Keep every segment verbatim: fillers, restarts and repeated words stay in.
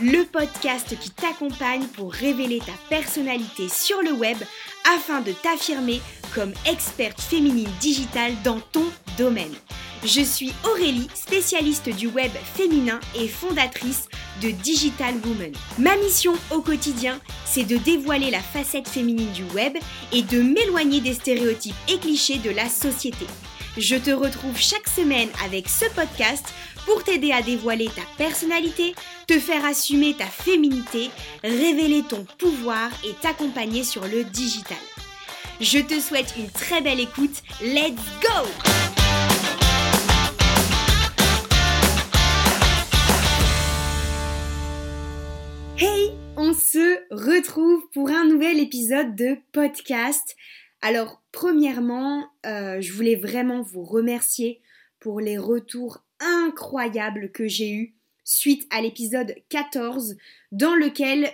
le podcast qui t'accompagne pour révéler ta personnalité sur le web afin de t'affirmer comme experte féminine digitale dans ton domaine. Je suis Aurélie, spécialiste du web féminin et fondatrice de Digital Woman. Ma mission au quotidien, c'est de dévoiler la facette féminine du web et de m'éloigner des stéréotypes et clichés de la société. Je te retrouve chaque semaine avec ce podcast pour t'aider à dévoiler ta personnalité, te faire assumer ta féminité, révéler ton pouvoir et t'accompagner sur le digital. Je te souhaite une très belle écoute. Let's go! Hey, on se retrouve pour un nouvel épisode de podcast. Alors, premièrement, euh, je voulais vraiment vous remercier pour les retours incroyables que j'ai eus suite à l'épisode quatorze dans lequel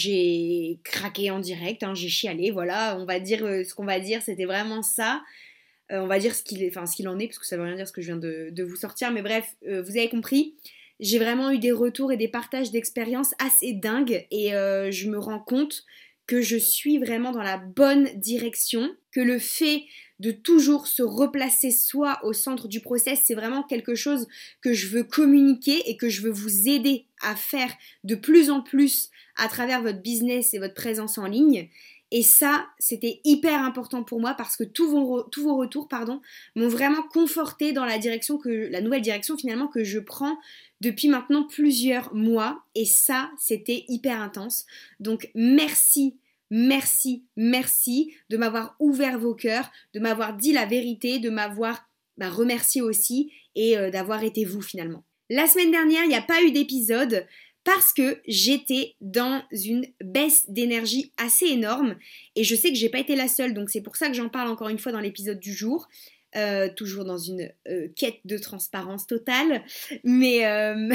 j'ai craqué en direct, hein, j'ai chialé, voilà, on va dire euh, ce qu'on va dire, c'était vraiment ça. Euh, on va dire ce qu'il est, enfin, ce qu'il en est, parce que ça veut rien dire ce que je viens de, de vous sortir, mais bref, euh, vous avez compris. J'ai vraiment eu des retours et des partages d'expériences assez dingues et euh, je me rends compte que je suis vraiment dans la bonne direction, que le fait de toujours se replacer soi au centre du process, c'est vraiment quelque chose que je veux communiquer et que je veux vous aider à faire de plus en plus à travers votre business et votre présence en ligne. Et ça, c'était hyper important pour moi parce que tous vos, tous vos retours pardon, m'ont vraiment conforté dans la direction que, la nouvelle direction finalement que je prends depuis maintenant plusieurs mois. Et ça, c'était hyper intense. Donc merci, merci, merci de m'avoir ouvert vos cœurs, de m'avoir dit la vérité, de m'avoir bah, remercié aussi et euh, d'avoir été vous finalement. La semaine dernière, il n'y a pas eu d'épisode parce que j'étais dans une baisse d'énergie assez énorme et je sais que j'ai pas été la seule, donc c'est pour ça que j'en parle encore une fois dans l'épisode du jour, euh, toujours dans une euh, quête de transparence totale, mais euh,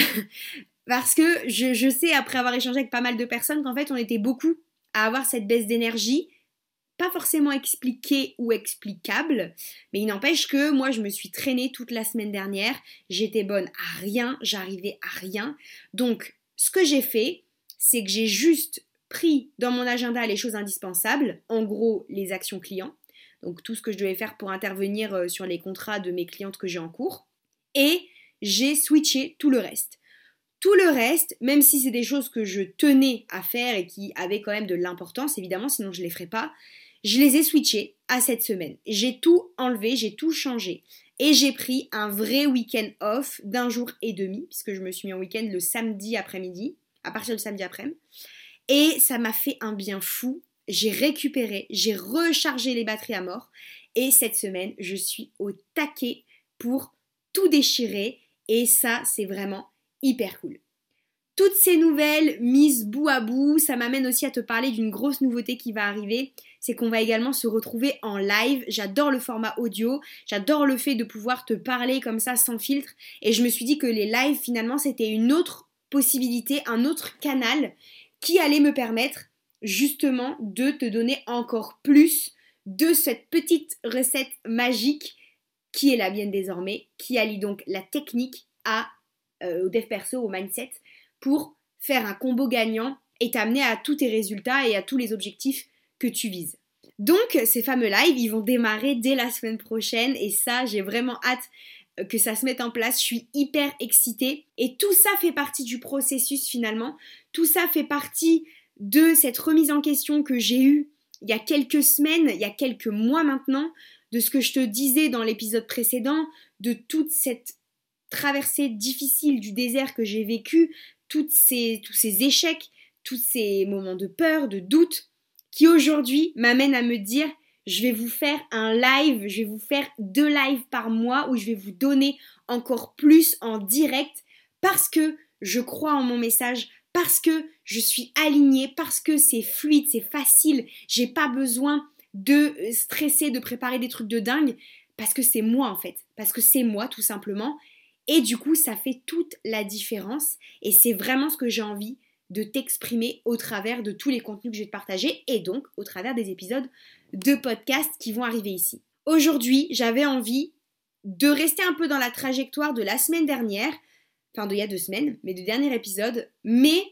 parce que je, je sais après avoir échangé avec pas mal de personnes qu'en fait on était beaucoup à avoir cette baisse d'énergie, pas forcément expliquée ou explicable, mais il n'empêche que moi je me suis traînée toute la semaine dernière, j'étais bonne à rien, j'arrivais à rien, donc ce que j'ai fait, c'est que j'ai juste pris dans mon agenda les choses indispensables, en gros les actions clients, donc tout ce que je devais faire pour intervenir sur les contrats de mes clientes que j'ai en cours, et j'ai switché tout le reste. Tout le reste, même si c'est des choses que je tenais à faire et qui avaient quand même de l'importance, évidemment, sinon je ne les ferais pas, je les ai switchés à cette semaine. J'ai tout enlevé, j'ai tout changé. Et j'ai pris un vrai week-end off d'un jour et demi, puisque je me suis mis en week-end le samedi après-midi, à partir du samedi après-midi. Et ça m'a fait un bien fou. J'ai récupéré, j'ai rechargé les batteries à mort. Et cette semaine, je suis au taquet pour tout déchirer. Et ça, c'est vraiment hyper cool. Toutes ces nouvelles mises bout à bout, ça m'amène aussi à te parler d'une grosse nouveauté qui va arriver, c'est qu'on va également se retrouver en live. J'adore le format audio, j'adore le fait de pouvoir te parler comme ça sans filtre et je me suis dit que les lives finalement c'était une autre possibilité, un autre canal qui allait me permettre justement de te donner encore plus de cette petite recette magique qui est la mienne désormais, qui allie donc la technique à, euh, au dev perso, au mindset, pour faire un combo gagnant et t'amener à tous tes résultats et à tous les objectifs que tu vises. Donc, ces fameux lives, ils vont démarrer dès la semaine prochaine et ça, j'ai vraiment hâte que ça se mette en place. Je suis hyper excitée et tout ça fait partie du processus finalement. Tout ça fait partie de cette remise en question que j'ai eue il y a quelques semaines, il y a quelques mois maintenant, de ce que je te disais dans l'épisode précédent, de toute cette traversée difficile du désert que j'ai vécu, toutes ces, tous ces échecs, tous ces moments de peur, de doute, qui aujourd'hui m'amènent à me dire je vais vous faire un live, je vais vous faire deux lives par mois où je vais vous donner encore plus en direct parce que je crois en mon message, parce que je suis alignée, parce que c'est fluide, c'est facile, j'ai pas besoin de stresser, de préparer des trucs de dingue, parce que c'est moi en fait, parce que c'est moi tout simplement. Et du coup, ça fait toute la différence et c'est vraiment ce que j'ai envie de t'exprimer au travers de tous les contenus que je vais te partager et donc au travers des épisodes de podcast qui vont arriver ici. Aujourd'hui, j'avais envie de rester un peu dans la trajectoire de la semaine dernière, enfin d'il y a deux semaines, mais du dernier épisode, mais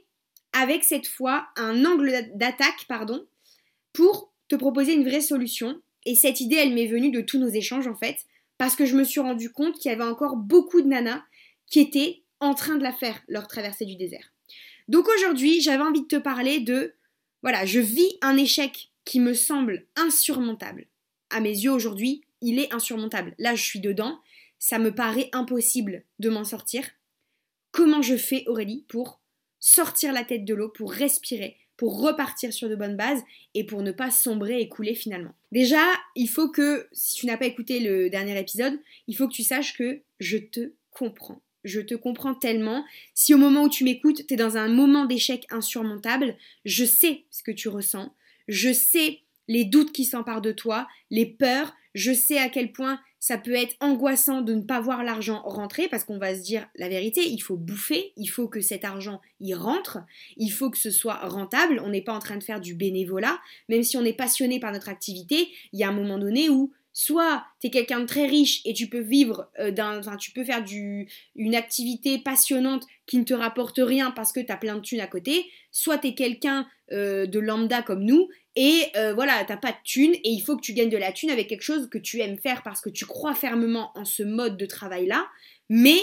avec cette fois un angle d'attaque, pardon, pour te proposer une vraie solution. Et cette idée, elle m'est venue de tous nos échanges en fait, parce que je me suis rendu compte qu'il y avait encore beaucoup de nanas qui étaient en train de la faire, leur traversée du désert. Donc aujourd'hui, j'avais envie de te parler de, voilà, je vis un échec qui me semble insurmontable. À mes yeux aujourd'hui, il est insurmontable. Là, je suis dedans, ça me paraît impossible de m'en sortir. Comment je fais, Aurélie, pour sortir la tête de l'eau, pour respirer, pour repartir sur de bonnes bases et pour ne pas sombrer et couler finalement. Déjà, il faut que, si tu n'as pas écouté le dernier épisode, il faut que tu saches que je te comprends. Je te comprends tellement. Si au moment où tu m'écoutes, tu es dans un moment d'échec insurmontable, je sais ce que tu ressens. Je sais les doutes qui s'emparent de toi, les peurs. Je sais à quel point ça peut être angoissant de ne pas voir l'argent rentrer parce qu'on va se dire la vérité, il faut bouffer, il faut que cet argent y rentre, il faut que ce soit rentable. On n'est pas en train de faire du bénévolat. Même si on est passionné par notre activité, il y a un moment donné où soit tu es quelqu'un de très riche et tu peux vivre euh, d'un, enfin tu peux faire du, une activité passionnante qui ne te rapporte rien parce que tu as plein de thunes à côté, soit tu es quelqu'un euh, de lambda comme nous et euh, voilà, t'as pas de thunes et il faut que tu gagnes de la thune avec quelque chose que tu aimes faire parce que tu crois fermement en ce mode de travail là, mais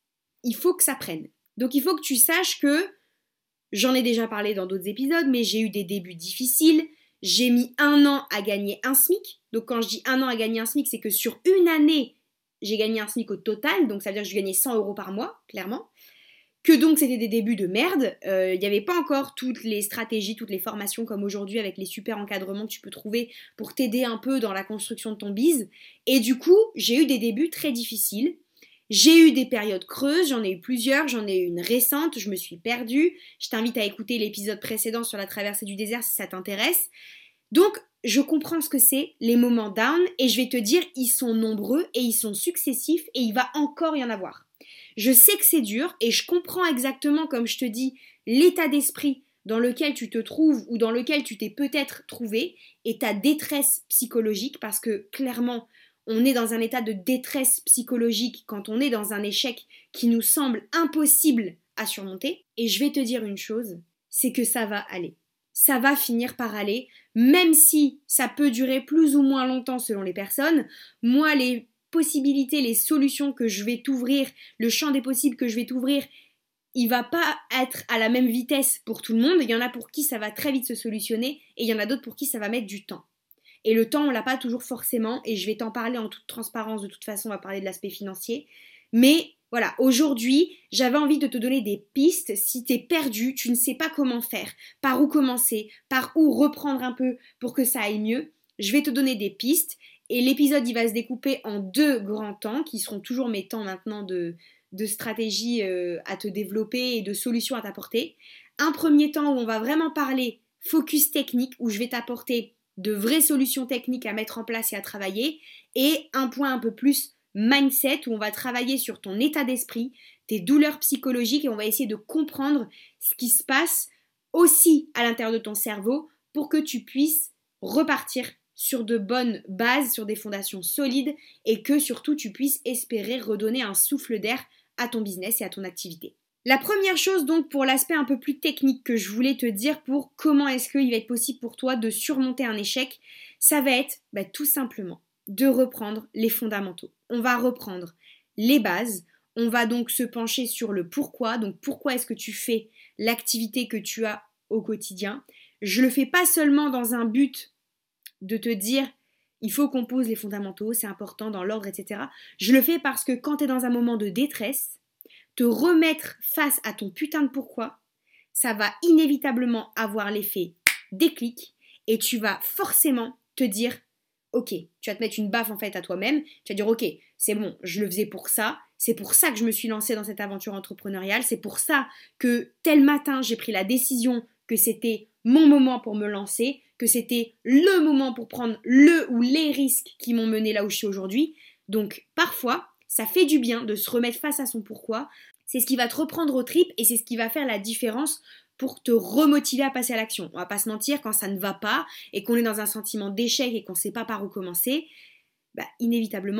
il faut que ça prenne. Donc il faut que tu saches que, j'en ai déjà parlé dans d'autres épisodes, mais j'ai eu des débuts difficiles. J'ai mis un an à gagner un SMIC. Donc quand je dis un an à gagner un SMIC, c'est que sur une année, j'ai gagné un SMIC au total. Donc ça veut dire que je gagnais cent euros par mois, clairement. Que donc c'était des débuts de merde. Il euh, n'y avait pas encore toutes les stratégies, toutes les formations comme aujourd'hui avec les super encadrements que tu peux trouver pour t'aider un peu dans la construction de ton biz. Et du coup, j'ai eu des débuts très difficiles. J'ai eu des périodes creuses, j'en ai eu plusieurs, j'en ai eu une récente, je me suis perdue. Je t'invite à écouter l'épisode précédent sur la traversée du désert si ça t'intéresse. Donc, je comprends ce que c'est, les moments down, et je vais te dire, ils sont nombreux et ils sont successifs et il va encore y en avoir. Je sais que c'est dur et je comprends exactement, comme je te dis, l'état d'esprit dans lequel tu te trouves ou dans lequel tu t'es peut-être trouvé et ta détresse psychologique parce que clairement, on est dans un état de détresse psychologique quand on est dans un échec qui nous semble impossible à surmonter. Et je vais te dire une chose, c'est que ça va aller. Ça va finir par aller, même si ça peut durer plus ou moins longtemps selon les personnes. Moi, les possibilités, les solutions que je vais t'ouvrir, le champ des possibles que je vais t'ouvrir, il va pas être à la même vitesse pour tout le monde. Il y en a pour qui ça va très vite se solutionner et il y en a d'autres pour qui ça va mettre du temps. Et le temps, on l'a pas toujours forcément, et je vais t'en parler en toute transparence, de toute façon, on va parler de l'aspect financier. Mais voilà, aujourd'hui, j'avais envie de te donner des pistes. Si t'es perdu, tu ne sais pas comment faire, par où commencer, par où reprendre un peu pour que ça aille mieux, je vais te donner des pistes. Et l'épisode, il va se découper en deux grands temps, qui seront toujours mes temps maintenant de, de stratégie euh, à te développer et de solutions à t'apporter. Un premier temps où on va vraiment parler focus technique, où je vais t'apporter de vraies solutions techniques à mettre en place et à travailler, et un point un peu plus mindset où on va travailler sur ton état d'esprit, tes douleurs psychologiques et on va essayer de comprendre ce qui se passe aussi à l'intérieur de ton cerveau pour que tu puisses repartir sur de bonnes bases, sur des fondations solides et que surtout tu puisses espérer redonner un souffle d'air à ton business et à ton activité. La première chose donc pour l'aspect un peu plus technique que je voulais te dire pour comment est-ce qu'il va être possible pour toi de surmonter un échec, ça va être bah, tout simplement de reprendre les fondamentaux. On va reprendre les bases, on va donc se pencher sur le pourquoi, donc pourquoi est-ce que tu fais l'activité que tu as au quotidien. Je le fais pas seulement dans un but de te dire il faut qu'on pose les fondamentaux, c'est important dans l'ordre, et cetera. Je le fais parce que quand tu es dans un moment de détresse, te remettre face à ton putain de pourquoi, ça va inévitablement avoir l'effet déclic et tu vas forcément te dire ok, tu vas te mettre une baffe en fait à toi-même, tu vas dire ok, c'est bon, je le faisais pour ça, c'est pour ça que je me suis lancée dans cette aventure entrepreneuriale, c'est pour ça que tel matin j'ai pris la décision que c'était mon moment pour me lancer, que c'était le moment pour prendre le ou les risques qui m'ont mené là où je suis aujourd'hui. Donc parfois, ça fait du bien de se remettre face à son pourquoi. C'est ce qui va te reprendre aux tripes et c'est ce qui va faire la différence pour te remotiver à passer à l'action. On va pas se mentir, quand ça ne va pas et qu'on est dans un sentiment d'échec et qu'on ne sait pas par où commencer, bah, inévitablement,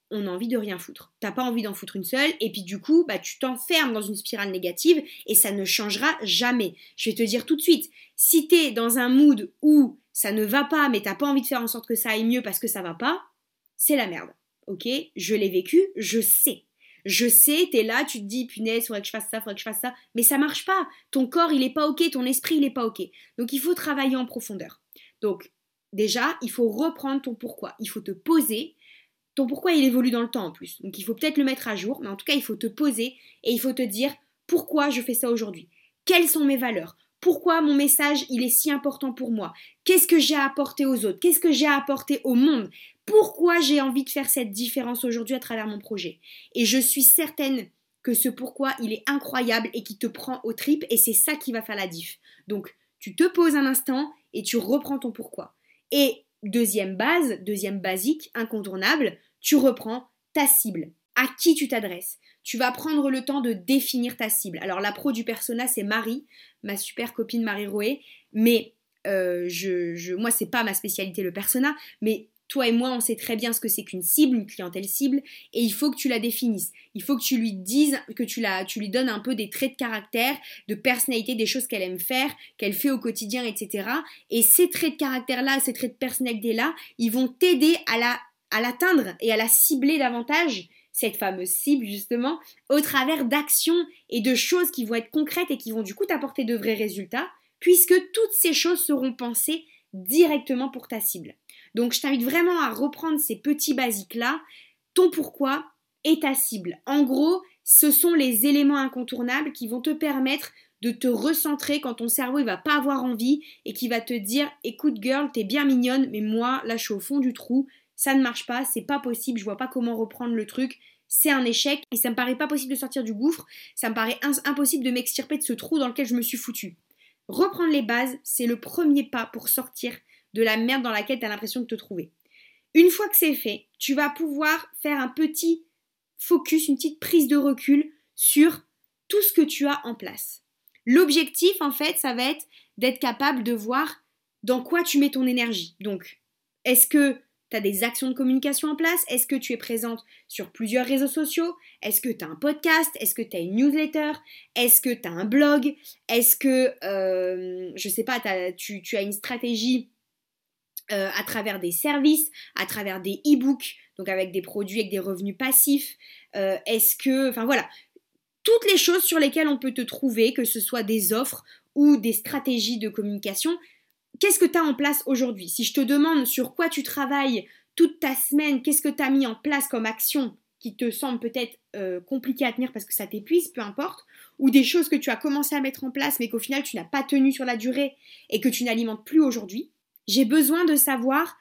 on a envie de rien foutre. T'as pas envie d'en foutre une seule, et puis du coup, bah, tu t'enfermes dans une spirale négative, et ça ne changera jamais. Je vais te dire tout de suite, si t'es dans un mood où ça ne va pas, mais t'as pas envie de faire en sorte que ça aille mieux parce que ça va pas, c'est la merde. Ok, je l'ai vécu, je sais. Je sais, t'es là, tu te dis, punaise, faudrait que je fasse ça, faudrait que je fasse ça. Mais ça marche pas. Ton corps, il est pas ok, ton esprit, il est pas ok. Donc, il faut travailler en profondeur. Donc, déjà, il faut reprendre ton pourquoi. Il faut te poser. Ton pourquoi, il évolue dans le temps en plus. Donc, il faut peut-être le mettre à jour. Mais en tout cas, il faut te poser et il faut te dire, pourquoi je fais ça aujourd'hui ? Quelles sont mes valeurs ? Pourquoi mon message, il est si important pour moi ? Qu'est-ce que j'ai à apporter aux autres ? Qu'est-ce que j'ai à apporter au monde ? Pourquoi j'ai envie de faire cette différence aujourd'hui à travers mon projet ? Et je suis certaine que ce pourquoi, il est incroyable et qui te prend aux tripes et c'est ça qui va faire la diff. Donc, tu te poses un instant et tu reprends ton pourquoi. Et deuxième base, deuxième basique, incontournable, tu reprends ta cible. À qui tu t'adresses ? Tu vas prendre le temps de définir ta cible. Alors la pro du persona, c'est Marie, ma super copine Marie Roé, mais euh, je, je, moi c'est pas ma spécialité le persona, mais toi et moi on sait très bien ce que c'est qu'une cible, une clientèle cible, et il faut que tu la définisses. Il faut que tu lui dises, que tu, la, tu lui donnes un peu des traits de caractère, de personnalité, des choses qu'elle aime faire, qu'elle fait au quotidien, et cetera. Et ces traits de caractère-là, ces traits de personnalité-là, ils vont t'aider à, la, à l'atteindre et à la cibler davantage, cette fameuse cible justement, au travers d'actions et de choses qui vont être concrètes et qui vont du coup t'apporter de vrais résultats, puisque toutes ces choses seront pensées directement pour ta cible. Donc je t'invite vraiment à reprendre ces petits basiques-là, ton pourquoi et ta cible. En gros, ce sont les éléments incontournables qui vont te permettre de te recentrer quand ton cerveau il va pas avoir envie et qui va te dire « Écoute girl, t'es bien mignonne, mais moi, là je suis au fond du trou, ça ne marche pas, c'est pas possible, je vois pas comment reprendre le truc, c'est un échec et ça me paraît pas possible de sortir du gouffre, ça me paraît impossible de m'extirper de ce trou dans lequel je me suis foutue. » Reprendre les bases, c'est le premier pas pour sortir de la merde dans laquelle tu as l'impression de te trouver. Une fois que c'est fait, tu vas pouvoir faire un petit focus, une petite prise de recul sur tout ce que tu as en place. L'objectif, en fait, ça va être d'être capable de voir dans quoi tu mets ton énergie. Donc, est-ce que tu as des actions de communication en place ? Est-ce que tu es présente sur plusieurs réseaux sociaux ? Est-ce que tu as un podcast ? Est-ce que tu as une newsletter ? Est-ce que tu as un blog ? Est-ce que, euh, je sais pas, tu, tu as une stratégie euh, à travers des services, à travers des e-books, donc avec des produits avec des revenus passifs ? euh, Est-ce que, enfin voilà, toutes les choses sur lesquelles on peut te trouver, que ce soit des offres ou des stratégies de communication. Qu'est-ce que tu as en place aujourd'hui ? Si je te demande sur quoi tu travailles toute ta semaine, qu'est-ce que tu as mis en place comme action qui te semble peut-être euh, compliqué à tenir parce que ça t'épuise, peu importe, ou des choses que tu as commencé à mettre en place mais qu'au final tu n'as pas tenu sur la durée et que tu n'alimentes plus aujourd'hui, j'ai besoin de savoir,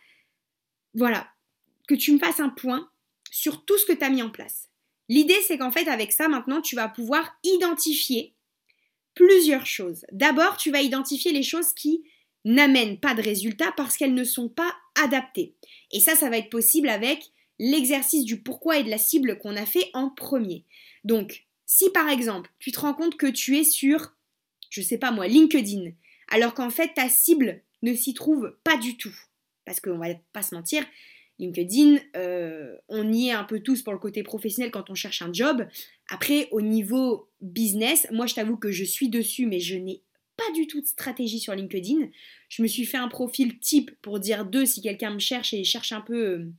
voilà, que tu me fasses un point sur tout ce que tu as mis en place. L'idée, c'est qu'en fait, avec ça, maintenant, tu vas pouvoir identifier plusieurs choses. D'abord, tu vas identifier les choses qui n'amènent pas de résultats parce qu'elles ne sont pas adaptées. Et ça, ça va être possible avec l'exercice du pourquoi et de la cible qu'on a fait en premier. Donc, si par exemple, tu te rends compte que tu es sur, je sais pas moi, LinkedIn, alors qu'en fait, ta cible ne s'y trouve pas du tout. Parce qu'on va pas se mentir, LinkedIn, euh, on y est un peu tous pour le côté professionnel quand on cherche un job. Après, au niveau business, moi je t'avoue que je suis dessus, mais je n'ai pas du tout de stratégie sur LinkedIn. Je me suis fait un profil type pour dire deux si quelqu'un me cherche et cherche un peu euh,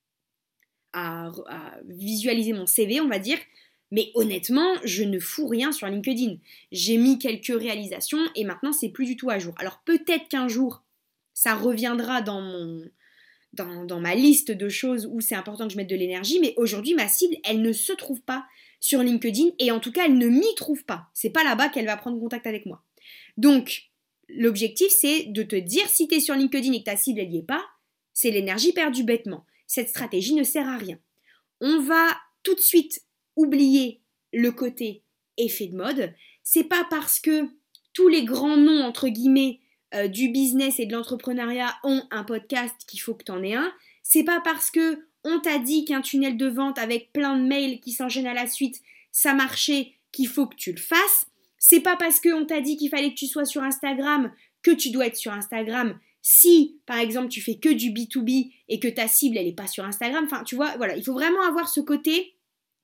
à, à visualiser mon C V, on va dire. Mais honnêtement, je ne fous rien sur LinkedIn. J'ai mis quelques réalisations et maintenant c'est plus du tout à jour. Alors peut-être qu'un jour, ça reviendra dans mon... Dans, dans ma liste de choses où c'est important que je mette de l'énergie, mais aujourd'hui, ma cible, elle ne se trouve pas sur LinkedIn et en tout cas, elle ne m'y trouve pas. C'est pas là-bas qu'elle va prendre contact avec moi. Donc, l'objectif, c'est de te dire si tu es sur LinkedIn et que ta cible, elle n'y est pas, c'est l'énergie perdue bêtement. Cette stratégie ne sert à rien. On va tout de suite oublier le côté effet de mode. C'est pas parce que tous les grands noms, entre guillemets, Euh, du business et de l'entrepreneuriat ont un podcast qu'il faut que tu en aies un. C'est pas parce que on t'a dit qu'un tunnel de vente avec plein de mails qui s'enchaînent à la suite, ça marchait, qu'il faut que tu le fasses. C'est pas parce qu'on t'a dit qu'il fallait que tu sois sur Instagram que tu dois être sur Instagram. Si, par exemple, tu fais que du B deux B et que ta cible, elle n'est pas sur Instagram, enfin, tu vois, voilà, il faut vraiment avoir ce côté,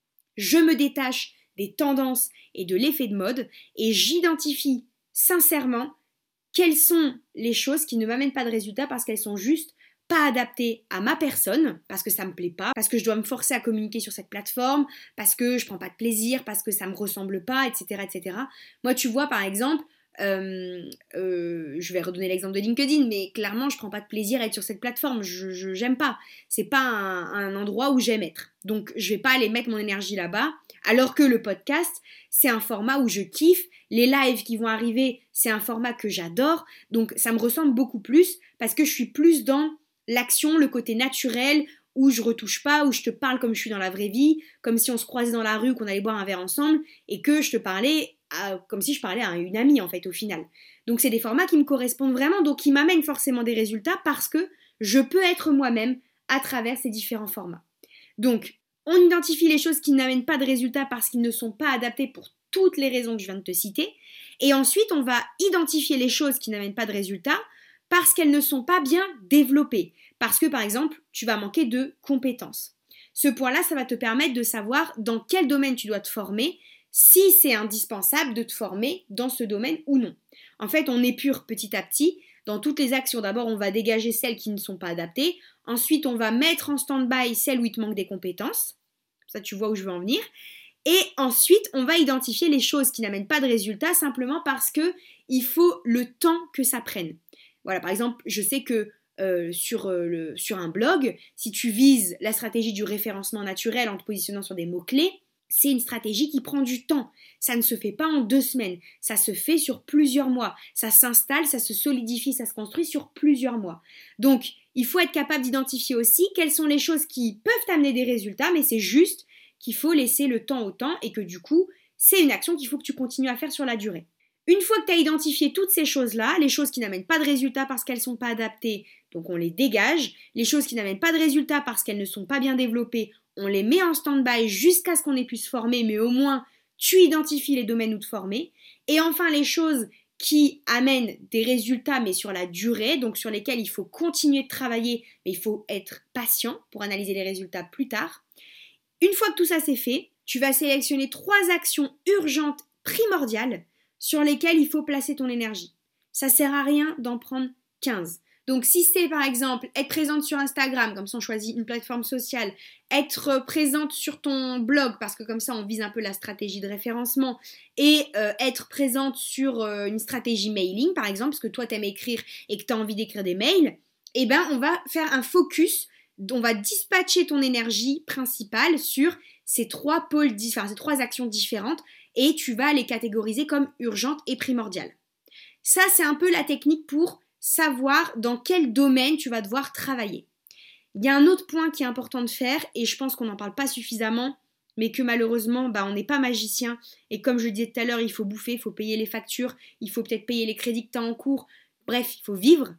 je me détache des tendances et de l'effet de mode et j'identifie sincèrement quelles sont les choses qui ne m'amènent pas de résultats parce qu'elles sont juste pas adaptées à ma personne, parce que ça me plaît pas, parce que je dois me forcer à communiquer sur cette plateforme, parce que je prends pas de plaisir, parce que ça me ressemble pas, et cetera, et cetera. Moi, tu vois, par exemple, euh, euh, je vais redonner l'exemple de LinkedIn, mais clairement, je prends pas de plaisir à être sur cette plateforme. Je, je j'aime pas. C'est pas un, un endroit où j'aime être. Donc, je vais pas aller mettre mon énergie là-bas. Alors que le podcast, c'est un format où je kiffe. Les lives qui vont arriver, c'est un format que j'adore. Donc, ça me ressemble beaucoup plus parce que je suis plus dans l'action, le côté naturel, où je retouche pas, où je te parle comme je suis dans la vraie vie, comme si on se croisait dans la rue, qu'on allait boire un verre ensemble, et que je te parlais à, comme si je parlais à une amie, en fait, au final. Donc, c'est des formats qui me correspondent vraiment, donc qui m'amènent forcément des résultats parce que je peux être moi-même à travers ces différents formats. Donc, on identifie les choses qui n'amènent pas de résultats parce qu'ils ne sont pas adaptés pour toutes les raisons que je viens de te citer. Et ensuite, on va identifier les choses qui n'amènent pas de résultats parce qu'elles ne sont pas bien développées. Parce que, par exemple, tu vas manquer de compétences. Ce point-là, ça va te permettre de savoir dans quel domaine tu dois te former, si c'est indispensable de te former dans ce domaine ou non. En fait, on épure petit à petit. Dans toutes les actions, d'abord, on va dégager celles qui ne sont pas adaptées. Ensuite, on va mettre en stand-by celles où il te manque des compétences. Ça, tu vois où je veux en venir. Et ensuite, on va identifier les choses qui n'amènent pas de résultats simplement parce qu'il faut le temps que ça prenne. Voilà, par exemple, je sais que euh, sur, euh, le, sur un blog, si tu vises la stratégie du référencement naturel en te positionnant sur des mots-clés, c'est une stratégie qui prend du temps. Ça ne se fait pas en deux semaines. Ça se fait sur plusieurs mois. Ça s'installe, ça se solidifie, ça se construit sur plusieurs mois. Donc, il faut être capable d'identifier aussi quelles sont les choses qui peuvent t'amener des résultats, mais c'est juste qu'il faut laisser le temps au temps et que du coup, c'est une action qu'il faut que tu continues à faire sur la durée. Une fois que tu as identifié toutes ces choses-là, les choses qui n'amènent pas de résultats parce qu'elles ne sont pas adaptées, donc on les dégage. Les choses qui n'amènent pas de résultats parce qu'elles ne sont pas bien développées, on les met en stand-by jusqu'à ce qu'on ait pu se former, mais au moins tu identifies les domaines où te former. Et enfin, les choses qui amènent des résultats, mais sur la durée, donc sur lesquelles il faut continuer de travailler, mais il faut être patient pour analyser les résultats plus tard. Une fois que tout ça c'est fait, tu vas sélectionner trois actions urgentes, primordiales, sur lesquelles il faut placer ton énergie. Ça ne sert à rien d'en prendre quinze. Donc si c'est par exemple être présente sur Instagram, comme ça on choisit une plateforme sociale, être présente sur ton blog, parce que comme ça on vise un peu la stratégie de référencement, et euh, être présente sur euh, une stratégie mailing par exemple, parce que toi t'aimes écrire et que tu as envie d'écrire des mails, eh ben on va faire un focus, on va dispatcher ton énergie principale sur ces trois pôles, enfin ces trois actions différentes, et tu vas les catégoriser comme urgentes et primordiales. Ça c'est un peu la technique pour savoir dans quel domaine tu vas devoir travailler. Il y a un autre point qui est important de faire, et je pense qu'on n'en parle pas suffisamment, mais que malheureusement, bah, on n'est pas magicien, et comme je le disais tout à l'heure, il faut bouffer, il faut payer les factures, il faut peut-être payer les crédits que tu as en cours, bref, il faut vivre.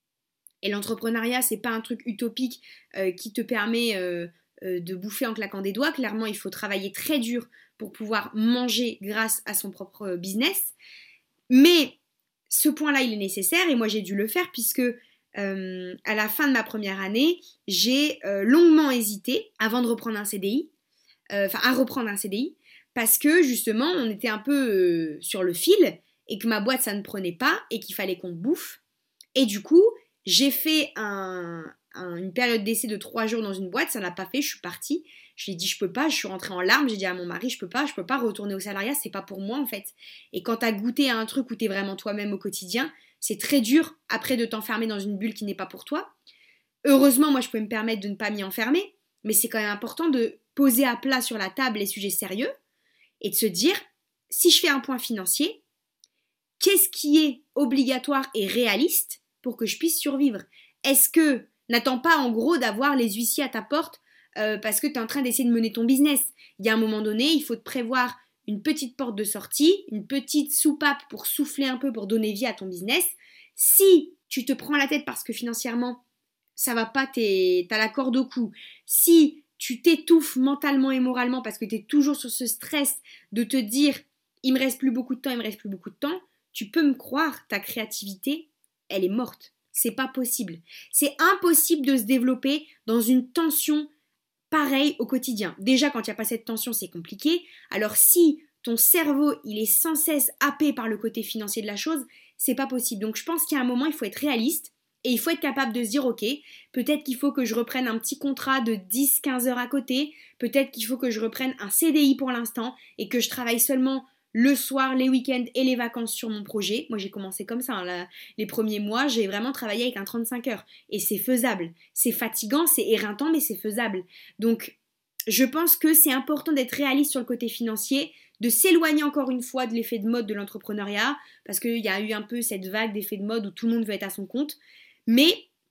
Et l'entrepreneuriat, c'est pas un truc utopique euh, qui te permet euh, euh, de bouffer en claquant des doigts. Clairement, il faut travailler très dur pour pouvoir manger grâce à son propre business. Mais ce point-là, il est nécessaire et moi, j'ai dû le faire puisque euh, à la fin de ma première année, j'ai euh, longuement hésité avant de reprendre un C D I, enfin euh, à reprendre un C D I, parce que justement, on était un peu euh, sur le fil et que ma boîte, ça ne prenait pas et qu'il fallait qu'on bouffe. Et du coup, j'ai fait un, un, une période d'essai de trois jours dans une boîte, ça n'a pas fait, je suis partie. Je lui ai dit je peux pas, je suis rentrée en larmes, j'ai dit à mon mari je peux pas, je peux pas retourner au salariat, c'est pas pour moi en fait. Et quand t'as goûté à un truc où t'es vraiment toi-même au quotidien, c'est très dur après de t'enfermer dans une bulle qui n'est pas pour toi. Heureusement, moi je peux me permettre de ne pas m'y enfermer, mais c'est quand même important de poser à plat sur la table les sujets sérieux et de se dire si je fais un point financier, qu'est-ce qui est obligatoire et réaliste pour que je puisse survivre? Est-ce que, n'attends pas en gros d'avoir les huissiers à ta porte euh, parce que tu es en train d'essayer de mener ton business. Il y a un moment donné, il faut te prévoir une petite porte de sortie, une petite soupape pour souffler un peu, pour donner vie à ton business. Si tu te prends la tête parce que financièrement, ça va pas, t'as la corde au cou, si tu t'étouffes mentalement et moralement parce que tu es toujours sur ce stress de te dire il me reste plus beaucoup de temps, il me reste plus beaucoup de temps, tu peux me croire, ta créativité, elle est morte. c'est pas possible. C'est impossible de se développer dans une tension pareille au quotidien. Déjà, quand il n'y a pas cette tension, c'est compliqué. Alors si ton cerveau, il est sans cesse happé par le côté financier de la chose, c'est pas possible. Donc je pense qu'il y a un moment, il faut être réaliste et il faut être capable de se dire, ok, peut-être qu'il faut que je reprenne un petit contrat de dix à quinze heures à côté, peut-être qu'il faut que je reprenne un C D I pour l'instant et que je travaille seulement le soir, les week-ends et les vacances sur mon projet. Moi, j'ai commencé comme ça. Hein, la, les premiers mois, j'ai vraiment travaillé avec un trente-cinq heures. Et c'est faisable. C'est fatigant, c'est éreintant, mais c'est faisable. Donc, je pense que c'est important d'être réaliste sur le côté financier, de s'éloigner encore une fois de l'effet de mode de l'entrepreneuriat, parce qu'il y a eu un peu cette vague d'effet de mode où tout le monde veut être à son compte. Mais...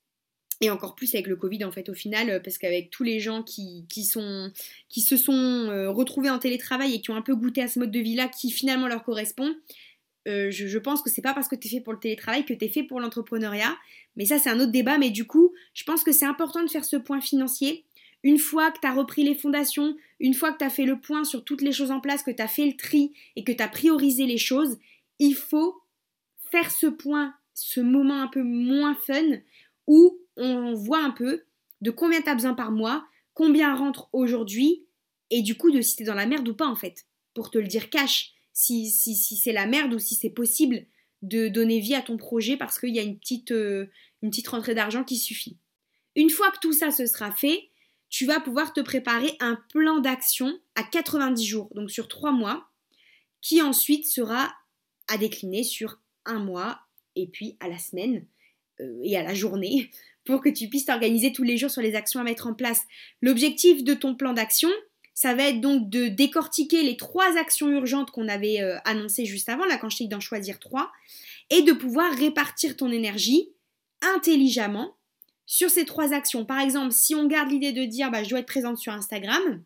Et encore plus avec le Covid en fait au final, parce qu'avec tous les gens qui, qui, sont, qui se sont euh, retrouvés en télétravail et qui ont un peu goûté à ce mode de vie-là qui finalement leur correspond, euh, je, je pense que c'est pas parce que t'es fait pour le télétravail que t'es fait pour l'entrepreneuriat. Mais ça c'est un autre débat, mais du coup, je pense que c'est important de faire ce point financier. Une fois que t'as repris les fondations, une fois que t'as fait le point sur toutes les choses en place, que t'as fait le tri et que t'as priorisé les choses, il faut faire ce point, ce moment un peu moins fun où on voit un peu de combien tu as besoin par mois, combien rentre aujourd'hui, et du coup de si t'es dans la merde ou pas en fait, pour te le dire cash, si, si, si c'est la merde ou si c'est possible de donner vie à ton projet parce qu'il y a une petite, euh, une petite rentrée d'argent qui suffit. Une fois que tout ça se sera fait, tu vas pouvoir te préparer un plan d'action à quatre-vingt-dix jours, donc sur trois mois, qui ensuite sera à décliner sur un mois et puis à la semaine euh, et à la journée pour que tu puisses t'organiser tous les jours sur les actions à mettre en place. L'objectif de ton plan d'action, ça va être donc de décortiquer les trois actions urgentes qu'on avait euh, annoncées juste avant, là quand je t'ai dit d'en choisir trois, et de pouvoir répartir ton énergie intelligemment sur ces trois actions. Par exemple, si on garde l'idée de dire bah, je dois être présente sur Instagram,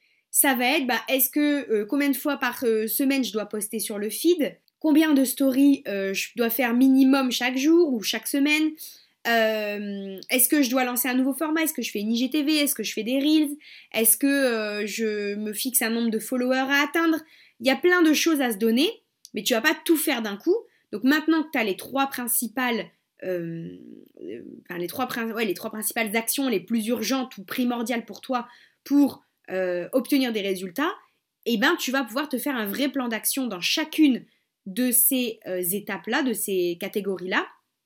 ça va être bah, est-ce que euh, combien de fois par euh, semaine je dois poster sur le feed, combien de stories euh, je dois faire minimum chaque jour ou chaque semaine. Euh, est-ce que je dois lancer un nouveau format? Est-ce que je fais une I G T V? Est-ce que je fais des Reels? Est-ce que euh, je me fixe un nombre de followers à atteindre? Il y a plein de choses à se donner, mais tu vas pas tout faire d'un coup. Donc maintenant que tu as les trois principales euh, enfin, les, trois, ouais, les trois principales actions les plus urgentes ou primordiales pour toi pour euh, obtenir des résultats, et eh ben tu vas pouvoir te faire un vrai plan d'action dans chacune de ces euh, étapes-là, de ces catégories-là.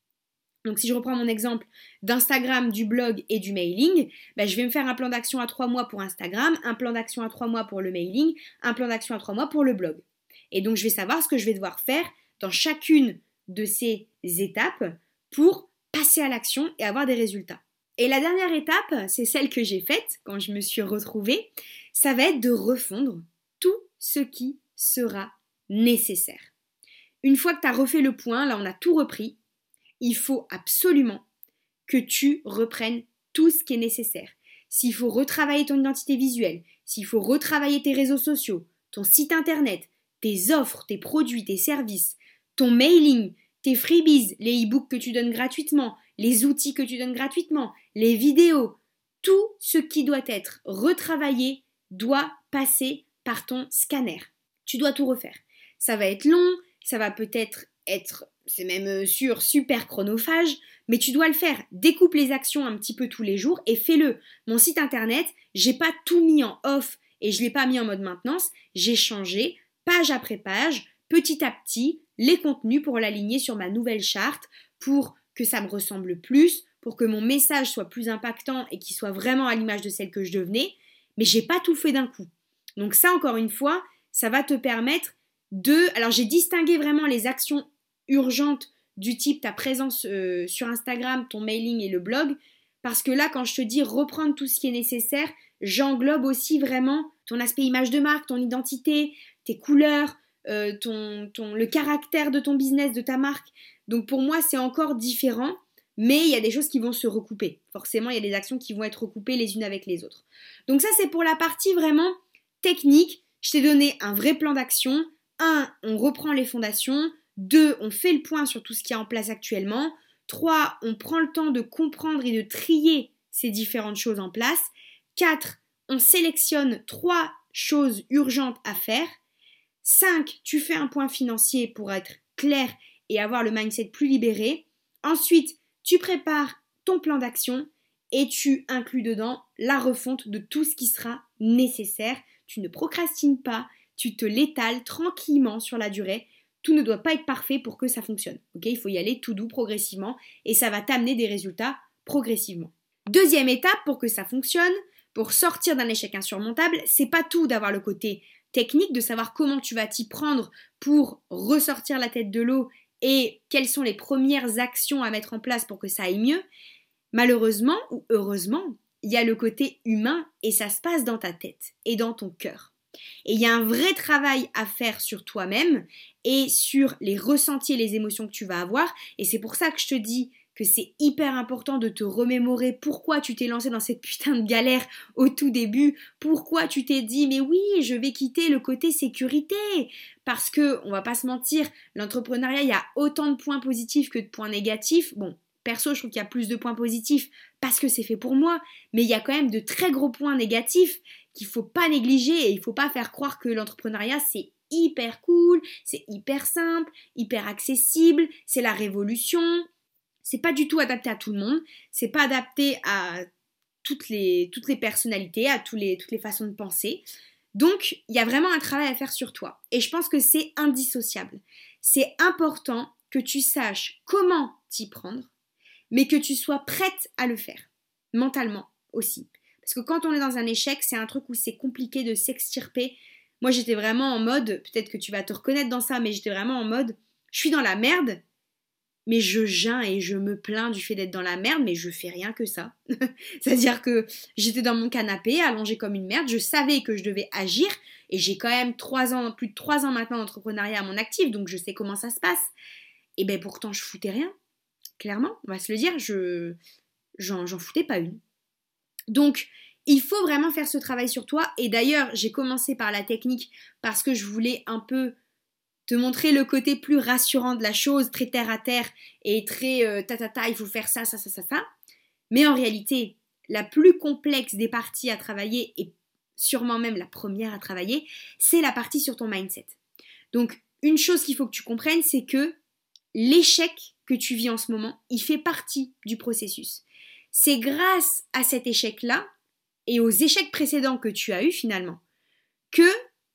Donc si je reprends mon exemple d'Instagram, du blog et du mailing, ben, je vais me faire un plan d'action à trois mois pour Instagram, un plan d'action à trois mois pour le mailing, un plan d'action à trois mois pour le blog. Et donc je vais savoir ce que je vais devoir faire dans chacune de ces étapes pour passer à l'action et avoir des résultats. Et la dernière étape, c'est celle que j'ai faite quand je me suis retrouvée, ça va être de refondre tout ce qui sera nécessaire. Une fois que tu as refait le point, là on a tout repris, il faut absolument que tu reprennes tout ce qui est nécessaire. S'il faut retravailler ton identité visuelle, s'il faut retravailler tes réseaux sociaux, ton site internet, tes offres, tes produits, tes services, ton mailing, tes freebies, les e-books que tu donnes gratuitement, les outils que tu donnes gratuitement, les vidéos, tout ce qui doit être retravaillé doit passer par ton scanner. Tu dois tout refaire. Ça va être long, ça va peut-être être, c'est même sûr, super chronophage, mais tu dois le faire. Découpe les actions un petit peu tous les jours et fais-le. Mon site internet, j'ai pas tout mis en off et je l'ai pas mis en mode maintenance, j'ai changé page après page, petit à petit, les contenus pour l'aligner sur ma nouvelle charte, pour que ça me ressemble plus, pour que mon message soit plus impactant et qu'il soit vraiment à l'image de celle que je devenais, mais j'ai pas tout fait d'un coup. Donc ça, encore une fois, ça va te permettre de... Alors j'ai distingué vraiment les actions urgentes du type ta présence euh, sur Instagram, ton mailing et le blog, parce que là, quand je te dis reprendre tout ce qui est nécessaire, j'englobe aussi vraiment ton aspect image de marque, ton identité, tes couleurs, euh, ton, ton, le caractère de ton business, de ta marque. Donc pour moi, c'est encore différent, mais il y a des choses qui vont se recouper. Forcément, il y a des actions qui vont être recoupées les unes avec les autres. Donc ça, c'est pour la partie vraiment technique. Je t'ai donné un vrai plan d'action. Un, on reprend les fondations. Deux, on fait le point sur tout ce qui est en place actuellement. Trois, on prend le temps de comprendre et de trier ces différentes choses en place. Quatre, on sélectionne trois choses urgentes à faire. Cinq, tu fais un point financier pour être clair et avoir le mindset plus libéré. Ensuite, tu prépares ton plan d'action et tu inclus dedans la refonte de tout ce qui sera nécessaire. Tu ne procrastines pas, tu te l'étales tranquillement sur la durée. Tout ne doit pas être parfait pour que ça fonctionne. Okay, il faut y aller tout doux, progressivement, et ça va t'amener des résultats progressivement. Deuxième étape pour que ça fonctionne, pour sortir d'un échec insurmontable, c'est pas tout d'avoir le côté technique, de savoir comment tu vas t'y prendre pour ressortir la tête de l'eau et quelles sont les premières actions à mettre en place pour que ça aille mieux. Malheureusement ou heureusement, il y a le côté humain et ça se passe dans ta tête et dans ton cœur. Et il y a un vrai travail à faire sur toi-même et sur les ressentis et les émotions que tu vas avoir. Et c'est pour ça que je te dis que c'est hyper important de te remémorer pourquoi tu t'es lancé dans cette putain de galère au tout début, pourquoi tu t'es dit mais oui, je vais quitter le côté sécurité. Parce que, on va pas se mentir, l'entrepreneuriat, il y a autant de points positifs que de points négatifs. Bon, perso, je trouve qu'il y a plus de points positifs parce que c'est fait pour moi, mais il y a quand même de très gros points négatifs qu'il faut pas négliger et il faut pas faire croire que l'entrepreneuriat c'est hyper cool, c'est hyper simple, hyper accessible, c'est la révolution. C'est pas du tout adapté à tout le monde, c'est pas adapté à toutes les, toutes les personnalités, à tous les, toutes les façons de penser. Donc, il y a vraiment un travail à faire sur toi. Et je pense que c'est indissociable. C'est important que tu saches comment t'y prendre, mais que tu sois prête à le faire, mentalement aussi. Parce que quand on est dans un échec, c'est un truc où c'est compliqué de s'extirper. Moi, j'étais vraiment en mode, peut-être que tu vas te reconnaître dans ça, mais j'étais vraiment en mode, je suis dans la merde, mais je geins et je me plains du fait d'être dans la merde, mais je fais rien que ça. C'est-à-dire que j'étais dans mon canapé, allongée comme une merde, je savais que je devais agir, et j'ai quand même trois ans, plus de trois ans maintenant d'entrepreneuriat à mon actif, donc je sais comment ça se passe. Et ben pourtant, je foutais rien. Clairement, on va se le dire, je j'en, j'en foutais pas une. Donc, il faut vraiment faire ce travail sur toi. Et d'ailleurs, j'ai commencé par la technique parce que je voulais un peu te montrer le côté plus rassurant de la chose, très terre à terre et très euh, ta ta ta, il faut faire ça, ça, ça, ça, ça. Mais en réalité, la plus complexe des parties à travailler, et sûrement même la première à travailler, c'est la partie sur ton mindset. Donc, une chose qu'il faut que tu comprennes, c'est que l'échec que tu vis en ce moment, il fait partie du processus. C'est grâce à cet échec-là et aux échecs précédents que tu as eus finalement que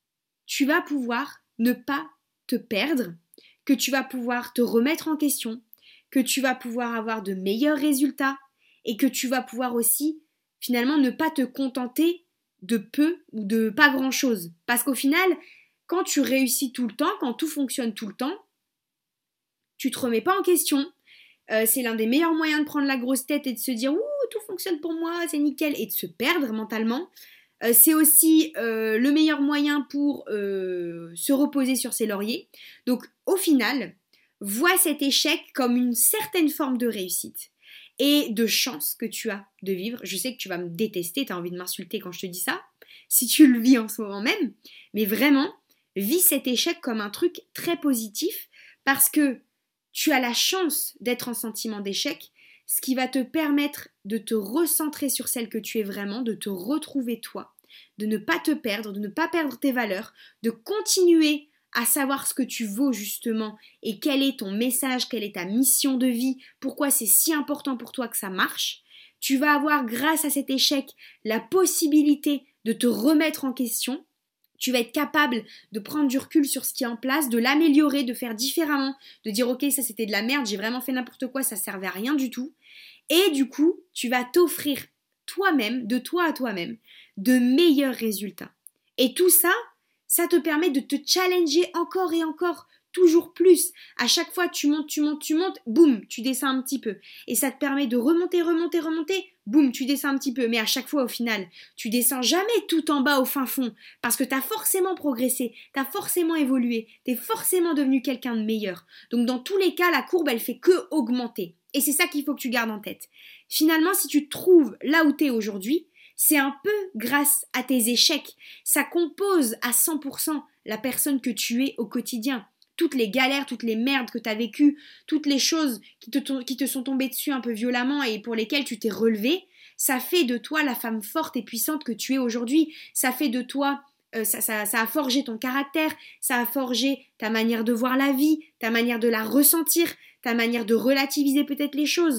tu vas pouvoir ne pas te perdre, que tu vas pouvoir te remettre en question, que tu vas pouvoir avoir de meilleurs résultats et que tu vas pouvoir aussi finalement ne pas te contenter de peu ou de pas grand-chose. Parce qu'au final, quand tu réussis tout le temps, quand tout fonctionne tout le temps, tu te remets pas en question. Euh, c'est l'un des meilleurs moyens de prendre la grosse tête et de se dire « Ouh, tout fonctionne pour moi, c'est nickel » et de se perdre mentalement. Euh, c'est aussi euh, le meilleur moyen pour euh, se reposer sur ses lauriers. Donc au final, vois cet échec comme une certaine forme de réussite et de chance que tu as de vivre. Je sais que tu vas me détester, tu as envie de m'insulter quand je te dis ça, si tu le vis en ce moment même, mais vraiment, vis cet échec comme un truc très positif parce que tu as la chance d'être en sentiment d'échec, ce qui va te permettre de te recentrer sur celle que tu es vraiment, de te retrouver toi, de ne pas te perdre, de ne pas perdre tes valeurs, de continuer à savoir ce que tu vaux justement et quel est ton message, quelle est ta mission de vie, pourquoi c'est si important pour toi que ça marche. Tu vas avoir, grâce à cet échec, la possibilité de te remettre en question. Tu vas être capable de prendre du recul sur ce qui est en place, de l'améliorer, de faire différemment, de dire ok, ça c'était de la merde, j'ai vraiment fait n'importe quoi, ça servait à rien du tout. Et du coup, tu vas t'offrir toi-même, de toi à toi-même, de meilleurs résultats. Et tout ça, ça te permet de te challenger encore et encore, toujours plus. À chaque fois, tu montes, tu montes, tu montes, boum, tu descends un petit peu. Et ça te permet de remonter, remonter, remonter, boum, tu descends un petit peu. Mais à chaque fois, au final, tu descends jamais tout en bas au fin fond. Parce que tu as forcément progressé, tu as forcément évolué, tu es forcément devenu quelqu'un de meilleur. Donc dans tous les cas, la courbe, elle fait que augmenter. Et c'est ça qu'il faut que tu gardes en tête. Finalement, si tu te trouves là où tu es aujourd'hui, c'est un peu grâce à tes échecs. Ça compose à cent pour cent la personne que tu es au quotidien. Toutes les galères, toutes les merdes que tu as vécues, toutes les choses qui te, qui te sont tombées dessus un peu violemment et pour lesquelles tu t'es relevé, ça fait de toi la femme forte et puissante que tu es aujourd'hui. Ça fait de toi, euh, ça, ça, ça a forgé ton caractère, ça a forgé ta manière de voir la vie, ta manière de la ressentir, ta manière de relativiser peut-être les choses.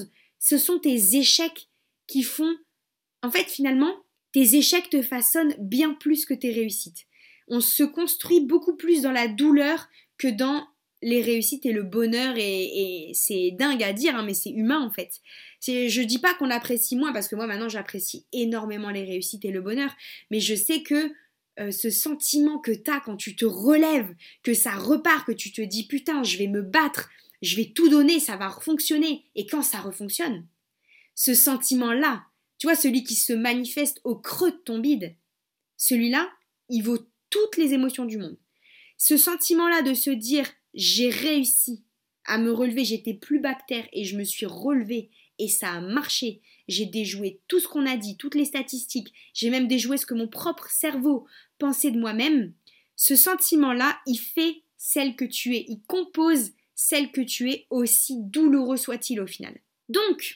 Ce sont tes échecs qui font... En fait, finalement, tes échecs te façonnent bien plus que tes réussites. On se construit beaucoup plus dans la douleur que dans les réussites et le bonheur, et, et c'est dingue à dire, hein, mais c'est humain en fait. C'est, je dis pas qu'on apprécie moins, parce que moi maintenant j'apprécie énormément les réussites et le bonheur, mais je sais que euh, ce sentiment que t'as quand tu te relèves, que ça repart, que tu te dis putain je vais me battre, je vais tout donner, ça va fonctionner, et quand ça refonctionne, ce sentiment-là, tu vois, celui qui se manifeste au creux de ton bide, celui-là, il vaut toutes les émotions du monde. Ce sentiment-là de se dire j'ai réussi à me relever, j'étais plus bas que terre et je me suis relevée et ça a marché. J'ai déjoué tout ce qu'on a dit, toutes les statistiques, j'ai même déjoué ce que mon propre cerveau pensait de moi-même. Ce sentiment-là, il fait celle que tu es, il compose celle que tu es, aussi douloureux soit-il au final. Donc,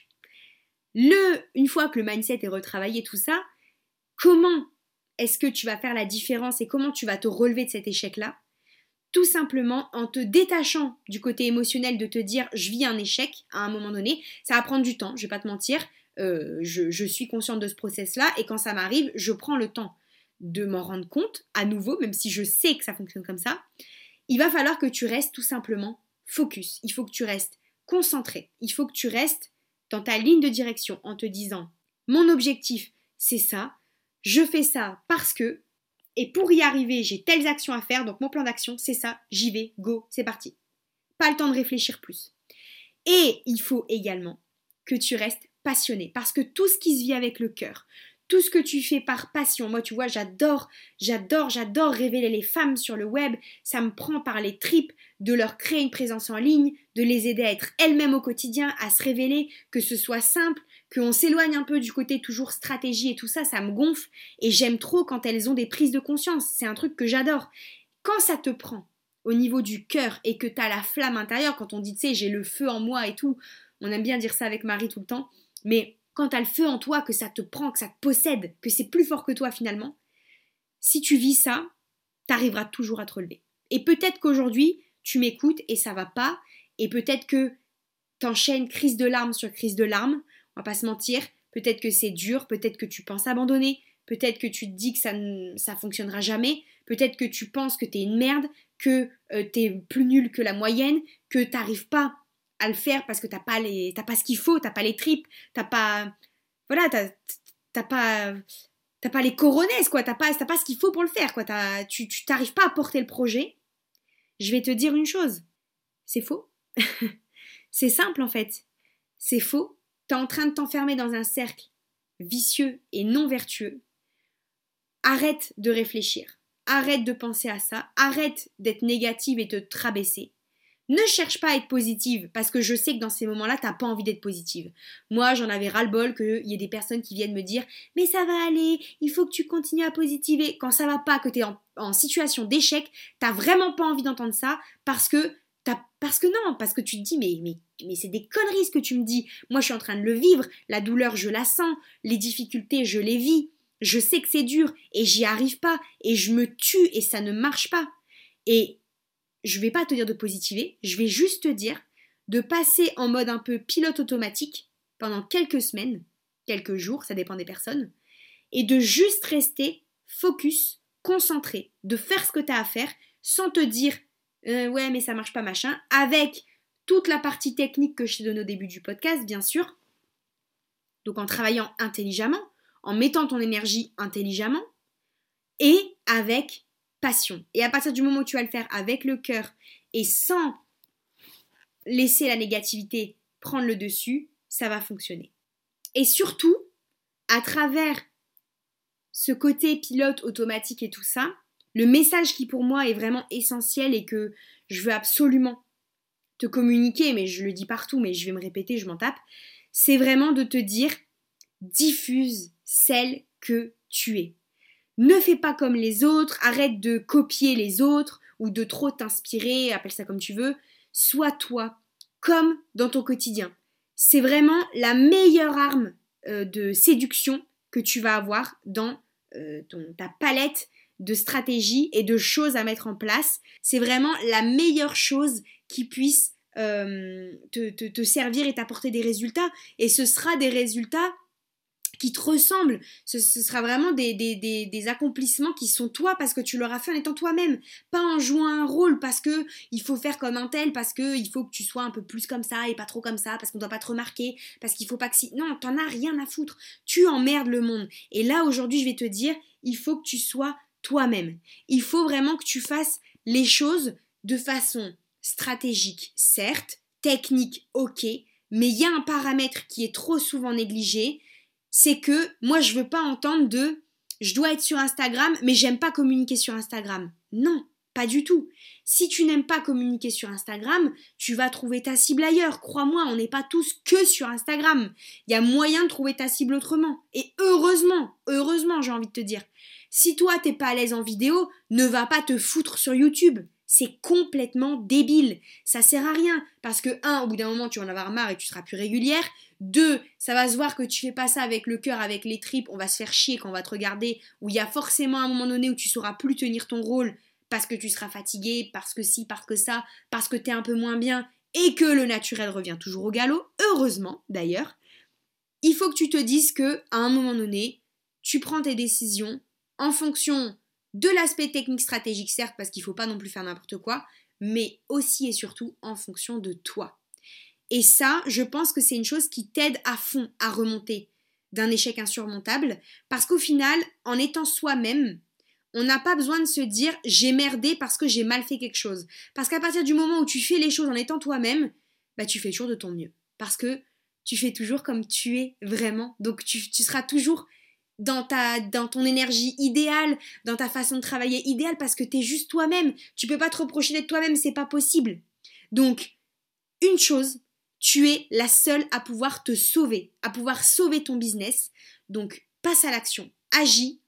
le, une fois que le mindset est retravaillé, tout ça, comment est-ce que tu vas faire la différence et comment tu vas te relever de cet échec-là? Tout simplement en te détachant du côté émotionnel de te dire je vis un échec à un moment donné. Ça va prendre du temps, je vais pas te mentir, euh, je, je suis consciente de ce process-là et quand ça m'arrive, je prends le temps de m'en rendre compte à nouveau, même si je sais que ça fonctionne comme ça. Il va falloir que tu restes tout simplement focus, il faut que tu restes concentré, il faut que tu restes dans ta ligne de direction en te disant mon objectif c'est ça, je fais ça parce que, et pour y arriver, j'ai telles actions à faire, donc mon plan d'action, c'est ça, j'y vais, go, c'est parti. Pas le temps de réfléchir plus. Et il faut également que tu restes passionné, parce que tout ce qui se vit avec le cœur, tout ce que tu fais par passion, moi tu vois, j'adore, j'adore, j'adore révéler les femmes sur le web, ça me prend par les tripes de leur créer une présence en ligne, de les aider à être elles-mêmes au quotidien, à se révéler, que ce soit simple, qu'on s'éloigne un peu du côté toujours stratégie et tout ça, ça me gonfle et j'aime trop quand elles ont des prises de conscience, c'est un truc que j'adore. Quand ça te prend au niveau du cœur et que t'as la flamme intérieure, quand on dit tu sais j'ai le feu en moi et tout, on aime bien dire ça avec Marie tout le temps, mais quand t'as le feu en toi, que ça te prend, que ça te possède, que c'est plus fort que toi finalement, si tu vis ça, t'arriveras toujours à te relever. Et peut-être qu'aujourd'hui, tu m'écoutes et ça va pas, et peut-être que t'enchaînes crise de larmes sur crise de larmes, on va pas se mentir, peut-être que c'est dur, peut-être que tu penses abandonner, peut-être que tu te dis que ça ne ça fonctionnera jamais, peut-être que tu penses que t'es une merde, que euh, t'es plus nul que la moyenne, que t'arrives pas à le faire parce que t'as pas les t'as pas ce qu'il faut, t'as pas les tripes, t'as pas voilà, t'as, t'as pas t'as pas les coronesses quoi, t'as pas t'as pas ce qu'il faut pour le faire quoi, t'as, tu tu t'arrives pas à porter le projet. Je vais te dire une chose, c'est faux. C'est simple en fait, c'est faux. T'es en train de t'enfermer dans un cercle vicieux et non vertueux. Arrête de réfléchir, arrête de penser à ça, arrête d'être négative et de te rabaisser. Ne cherche pas à être positive, parce que je sais que dans ces moments-là, t'as pas envie d'être positive. Moi, j'en avais ras-le-bol qu'il y ait des personnes qui viennent me dire « Mais ça va aller, il faut que tu continues à positiver. » Quand ça va pas, que t'es en, en situation d'échec, t'as vraiment pas envie d'entendre ça, parce que t'as, parce que non, parce que tu te dis mais, mais, mais c'est des conneries ce que tu me dis. Moi, je suis en train de le vivre, la douleur, je la sens, les difficultés, je les vis. Je sais que c'est dur, et j'y arrive pas, et je me tue, et ça ne marche pas. Et je vais pas te dire de positiver, je vais juste te dire de passer en mode un peu pilote automatique pendant quelques semaines, quelques jours, ça dépend des personnes, et de juste rester focus, concentré, de faire ce que tu as à faire sans te dire euh, ouais mais ça marche pas machin, avec toute la partie technique que je t'ai donnée au début du podcast bien sûr, donc en travaillant intelligemment, en mettant ton énergie intelligemment et avec passion. Et à partir du moment où tu vas le faire avec le cœur et sans laisser la négativité prendre le dessus, ça va fonctionner. Et surtout, à travers ce côté pilote automatique et tout ça, le message qui pour moi est vraiment essentiel et que je veux absolument te communiquer, mais je le dis partout, mais je vais me répéter, je m'en tape, c'est vraiment de te dire diffuse celle que tu es. Ne fais pas comme les autres, arrête de copier les autres ou de trop t'inspirer, appelle ça comme tu veux. Sois toi, comme dans ton quotidien. C'est vraiment la meilleure arme euh, de séduction que tu vas avoir dans euh, ton, ta palette de stratégies et de choses à mettre en place. C'est vraiment la meilleure chose qui puisse euh, te, te, te servir et t'apporter des résultats. Et ce sera des résultats qui te ressemblent. Ce, ce sera vraiment des, des, des, des accomplissements qui sont toi parce que tu l'auras fait en étant toi-même. Pas en jouant un rôle parce que il faut faire comme un tel, parce que il faut que tu sois un peu plus comme ça et pas trop comme ça, parce qu'on doit pas te remarquer, parce qu'il faut pas que si... Non, t'en as rien à foutre. Tu emmerdes le monde. Et là, aujourd'hui, je vais te dire, il faut que tu sois toi-même. Il faut vraiment que tu fasses les choses de façon stratégique, certes, technique, ok, mais il y a un paramètre qui est trop souvent négligé, c'est que moi je veux pas entendre de je dois être sur Instagram mais j'aime pas communiquer sur Instagram. Non, pas du tout. Si tu n'aimes pas communiquer sur Instagram, tu vas trouver ta cible ailleurs. Crois-moi, on n'est pas tous que sur Instagram. Il y a moyen de trouver ta cible autrement. Et heureusement, heureusement j'ai envie de te dire. Si toi t'es pas à l'aise en vidéo, ne va pas te foutre sur YouTube. C'est complètement débile. Ça sert à rien. Parce que, un, au bout d'un moment, tu vas en avoir marre et tu seras plus régulière. Deux, ça va se voir que tu fais pas ça avec le cœur, avec les tripes. On va se faire chier quand on va te regarder. Où il y a forcément un moment donné où tu sauras plus tenir ton rôle parce que tu seras fatigué, parce que ci, parce que ça, parce que t'es un peu moins bien et que le naturel revient toujours au galop. Heureusement, d'ailleurs. Il faut que tu te dises que, à un moment donné, tu prends tes décisions en fonction de l'aspect technique stratégique, certes, parce qu'il ne faut pas non plus faire n'importe quoi, mais aussi et surtout en fonction de toi. Et ça, je pense que c'est une chose qui t'aide à fond à remonter d'un échec insurmontable, parce qu'au final, en étant soi-même, on n'a pas besoin de se dire « j'ai merdé parce que j'ai mal fait quelque chose ». Parce qu'à partir du moment où tu fais les choses en étant toi-même, bah tu fais toujours de ton mieux. Parce que tu fais toujours comme tu es vraiment. Donc tu, tu seras toujours dans, ta, dans ton énergie idéale, dans ta façon de travailler idéale, parce que t'es juste toi-même. Tu peux pas te reprocher d'être toi-même, c'est pas possible. Donc, une chose, tu es la seule à pouvoir te sauver, à pouvoir sauver ton business. Donc, passe à l'action, agis.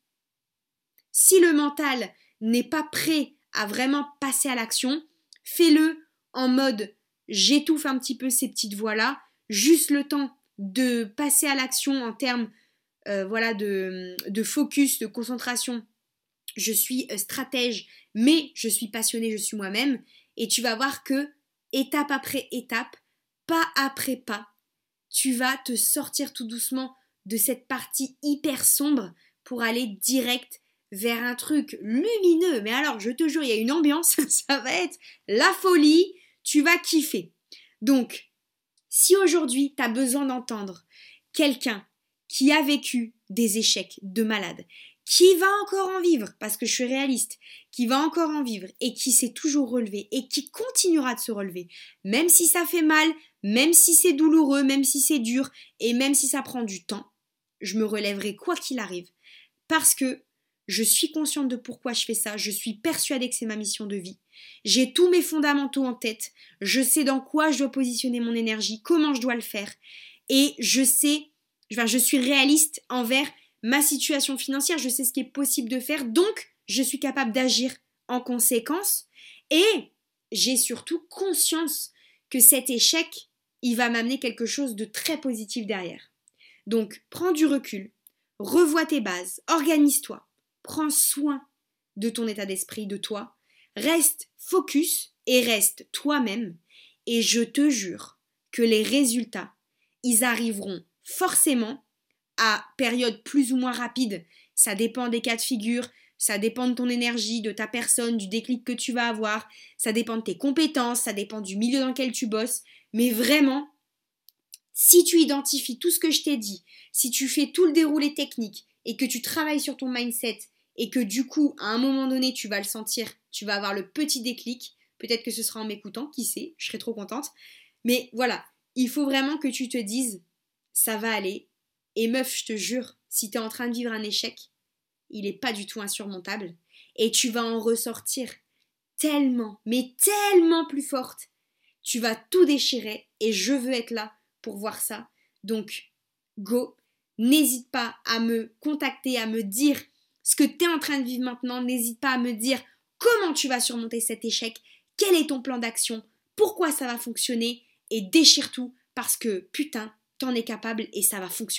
Si le mental n'est pas prêt à vraiment passer à l'action, fais-le en mode j'étouffe un petit peu ces petites voix-là, juste le temps de passer à l'action en termes euh, voilà, de, de focus, de concentration. Je suis stratège, mais je suis passionnée, je suis moi-même. Et tu vas voir que, étape après étape, pas après pas, tu vas te sortir tout doucement de cette partie hyper sombre pour aller direct vers un truc lumineux. Mais alors, je te jure, il y a une ambiance, ça va être la folie, tu vas kiffer. Donc, si aujourd'hui, tu as besoin d'entendre quelqu'un qui a vécu des échecs de malade, qui va encore en vivre, parce que je suis réaliste, qui va encore en vivre et qui s'est toujours relevé et qui continuera de se relever, même si ça fait mal, même si c'est douloureux, même si c'est dur et même si ça prend du temps, je me relèverai quoi qu'il arrive, parce que je suis consciente de pourquoi je fais ça, je suis persuadée que c'est ma mission de vie, j'ai tous mes fondamentaux en tête, je sais dans quoi je dois positionner mon énergie, comment je dois le faire, et je sais, enfin, je suis réaliste envers ma situation financière, je sais ce qui est possible de faire, donc je suis capable d'agir en conséquence et j'ai surtout conscience que cet échec, il va m'amener quelque chose de très positif derrière. Donc prends du recul, revois tes bases, organise-toi, prends soin de ton état d'esprit, de toi, reste focus et reste toi-même et je te jure que les résultats, ils arriveront forcément à période plus ou moins rapide. Ça dépend des cas de figure, ça dépend de ton énergie, de ta personne, du déclic que tu vas avoir, ça dépend de tes compétences, ça dépend du milieu dans lequel tu bosses. Mais vraiment, si tu identifies tout ce que je t'ai dit, si tu fais tout le déroulé technique et que tu travailles sur ton mindset et que du coup, à un moment donné, tu vas le sentir, tu vas avoir le petit déclic, peut-être que ce sera en m'écoutant, qui sait, je serai trop contente. Mais voilà, il faut vraiment que tu te dises, ça va aller. Et meuf, je te jure, si t'es en train de vivre un échec, il est pas du tout insurmontable. Et tu vas en ressortir tellement, mais tellement plus forte. Tu vas tout déchirer et je veux être là pour voir ça. Donc, go. N'hésite pas à me contacter, à me dire ce que t'es en train de vivre maintenant. N'hésite pas à me dire comment tu vas surmonter cet échec, quel est ton plan d'action, pourquoi ça va fonctionner et déchire tout parce que putain, t'en es capable et ça va fonctionner.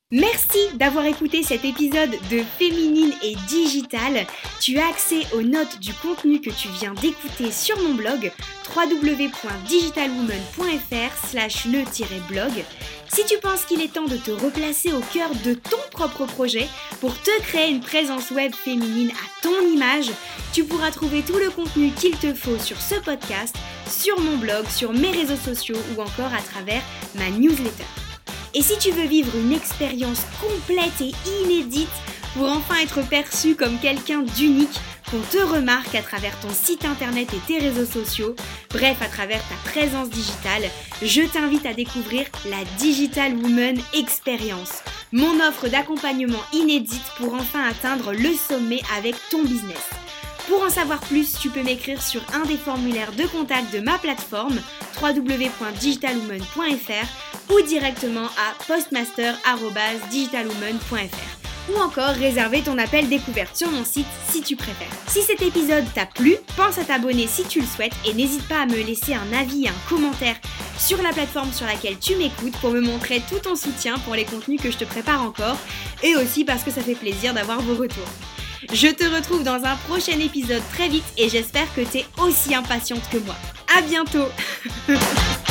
Merci d'avoir écouté cet épisode de Féminine et Digital. Tu as accès aux notes du contenu que tu viens d'écouter sur mon blog w w w point digitalwoman point f r slash le blog. Si tu penses qu'il est temps de te replacer au cœur de ton propre projet pour te créer une présence web féminine à ton image, tu pourras trouver tout le contenu qu'il te faut sur ce podcast, sur mon blog, sur mes réseaux sociaux ou encore à travers ma newsletter. Et si tu veux vivre une expérience complète et inédite pour enfin être perçu comme quelqu'un d'unique, qu'on te remarque à travers ton site internet et tes réseaux sociaux, bref à travers ta présence digitale, je t'invite à découvrir la Digital Woman Experience, mon offre d'accompagnement inédite pour enfin atteindre le sommet avec ton business. Pour en savoir plus, tu peux m'écrire sur un des formulaires de contact de ma plateforme w w w point digitalwoman point f r ou directement à postmaster arobase digitalwoman point f r ou encore réserver ton appel découverte sur mon site si tu préfères. Si cet épisode t'a plu, pense à t'abonner si tu le souhaites et n'hésite pas à me laisser un avis et un commentaire sur la plateforme sur laquelle tu m'écoutes pour me montrer tout ton soutien pour les contenus que je te prépare encore et aussi parce que ça fait plaisir d'avoir vos retours. Je te retrouve dans un prochain épisode très vite et j'espère que t'es aussi impatiente que moi. À bientôt.